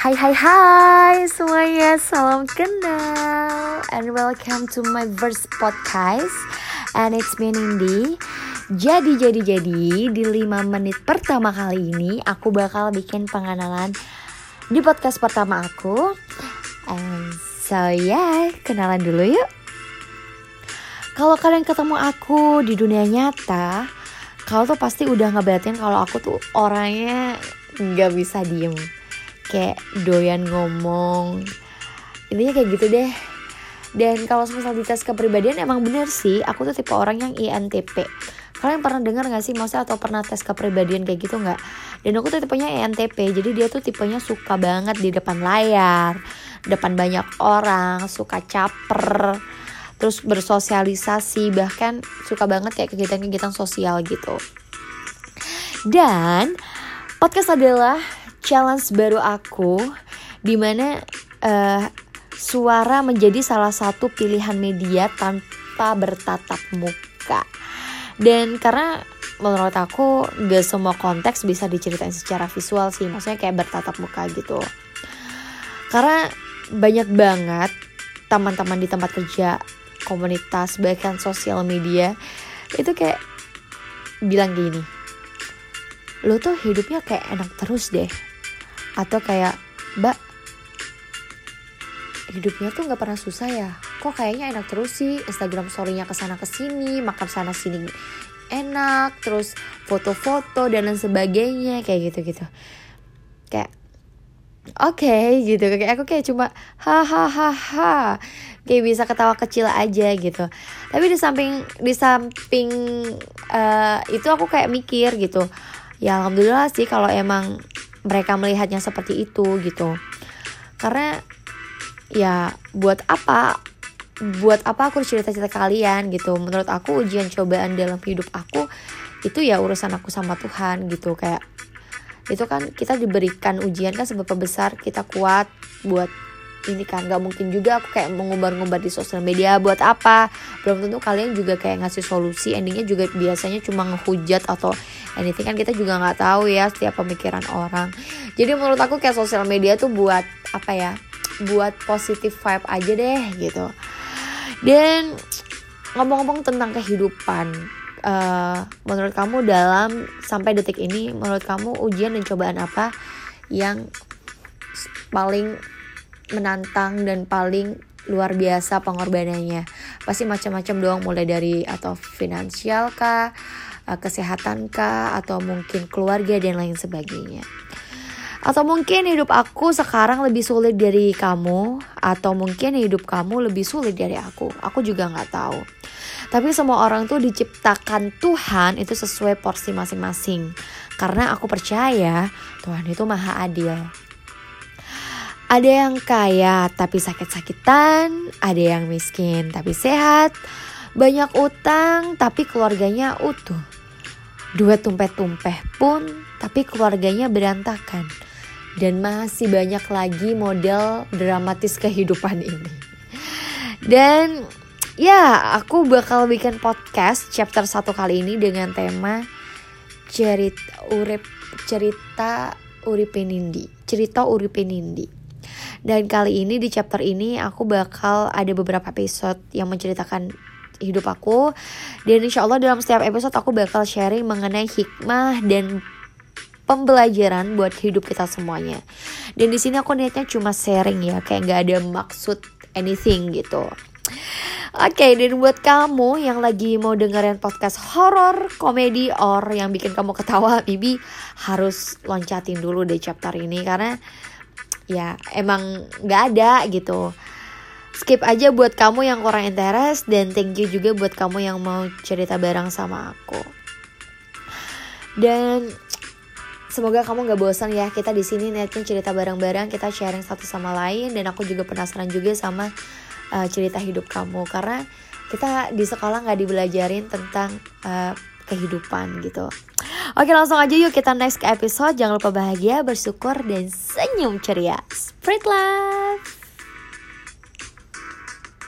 Hai semuanya, salam kenal and welcome to my first podcast. And it's me Nindi. Jadi di 5 menit pertama kali ini aku bakal bikin pengenalan di podcast pertama aku. And so kenalan dulu yuk. Kalau kalian ketemu aku di dunia nyata, kalian tuh pasti udah ngeberatin kalau aku tuh orangnya gak bisa diem, kayak doyan ngomong, intinya kayak gitu deh. Dan kalau misal di tes kepribadian emang bener sih, aku tuh tipe orang yang INTP. Kalian pernah dengar gak sih, maksudnya atau pernah tes kepribadian kayak gitu gak? Dan aku tuh tipenya INTP, jadi dia tuh tipenya suka banget di depan layar, depan banyak orang, suka caper, terus bersosialisasi, bahkan suka banget kayak kegiatan-kegiatan sosial gitu. Dan podcast adalah challenge baru aku, dimana suara menjadi salah satu pilihan media tanpa bertatap muka. Dan karena menurut aku gak semua konteks bisa diceritain secara visual sih, maksudnya kayak bertatap muka gitu. Karena banyak banget teman-teman di tempat kerja, komunitas, bahkan sosial media itu kayak bilang gini, lo tuh hidupnya kayak enak terus deh. Atau kayak, Mbak, hidupnya tuh gak pernah susah ya, kok kayaknya enak terus sih, Instagram story-nya kesana kesini, makan sana sini enak, terus foto-foto dan lain sebagainya, kayak gitu-gitu. Kayak oke, gitu, kayak aku kayak cuma hahaha, kayak bisa ketawa kecil aja gitu. Tapi di samping itu aku kayak mikir gitu, ya alhamdulillah sih kalau emang mereka melihatnya seperti itu gitu. Karena ya buat apa aku cerita-cerita kalian gitu. Menurut aku ujian cobaan dalam hidup aku itu ya urusan aku sama Tuhan gitu. Kayak itu kan kita diberikan ujian kan seberapa besar kita kuat buat ini kan. Gak mungkin juga aku kayak mengumbar-ngumbar di sosial media, buat apa? Belum tentu kalian juga kayak ngasih solusi, endingnya juga biasanya cuma ngehujat atau anything kan, kita juga gak tahu ya setiap pemikiran orang. Jadi menurut aku kayak sosial media tuh buat apa ya, buat positive vibe aja deh gitu. Dan ngomong-ngomong tentang kehidupan, menurut kamu dalam sampai detik ini, menurut kamu ujian dan cobaan apa yang paling menantang dan paling luar biasa pengorbanannya? Pasti macam-macam doang, mulai dari atau finansial kah, kesehatan kah, atau mungkin keluarga dan lain sebagainya. Atau mungkin hidup aku sekarang lebih sulit dari kamu, atau mungkin hidup kamu lebih sulit dari aku juga gak tahu. Tapi semua orang tuh diciptakan Tuhan itu sesuai porsi masing-masing. Karena aku percaya Tuhan itu maha adil. Ada yang kaya tapi sakit-sakitan, ada yang miskin tapi sehat, banyak utang tapi keluarganya utuh, duit tumpeh-tumpeh pun tapi keluarganya berantakan, dan masih banyak lagi model dramatis kehidupan ini. Dan ya, aku bakal bikin podcast chapter 1 kali ini dengan tema cerita uripe Nindi. Dan kali ini di chapter ini aku bakal ada beberapa episode yang menceritakan hidup aku. Dan insya Allah dalam setiap episode aku bakal sharing mengenai hikmah dan pembelajaran buat hidup kita semuanya. Dan di sini aku niatnya cuma sharing ya, kayak gak ada maksud anything gitu. Oke, dan buat kamu yang lagi mau dengerin podcast horor, komedi, or yang bikin kamu ketawa, maybe harus loncatin dulu deh chapter ini, karena ya emang gak ada gitu. Skip aja buat kamu yang kurang interest, dan thank you juga buat kamu yang mau cerita bareng sama aku. Dan semoga kamu gak bosan ya, kita di sini niatnya cerita bareng-bareng, kita sharing satu sama lain. Dan aku juga penasaran juga sama cerita hidup kamu, karena kita di sekolah gak dibelajarin tentang kehidupan gitu. Oke, langsung aja yuk kita next ke episode. Jangan lupa bahagia, bersyukur, dan senyum ceria. Spread love.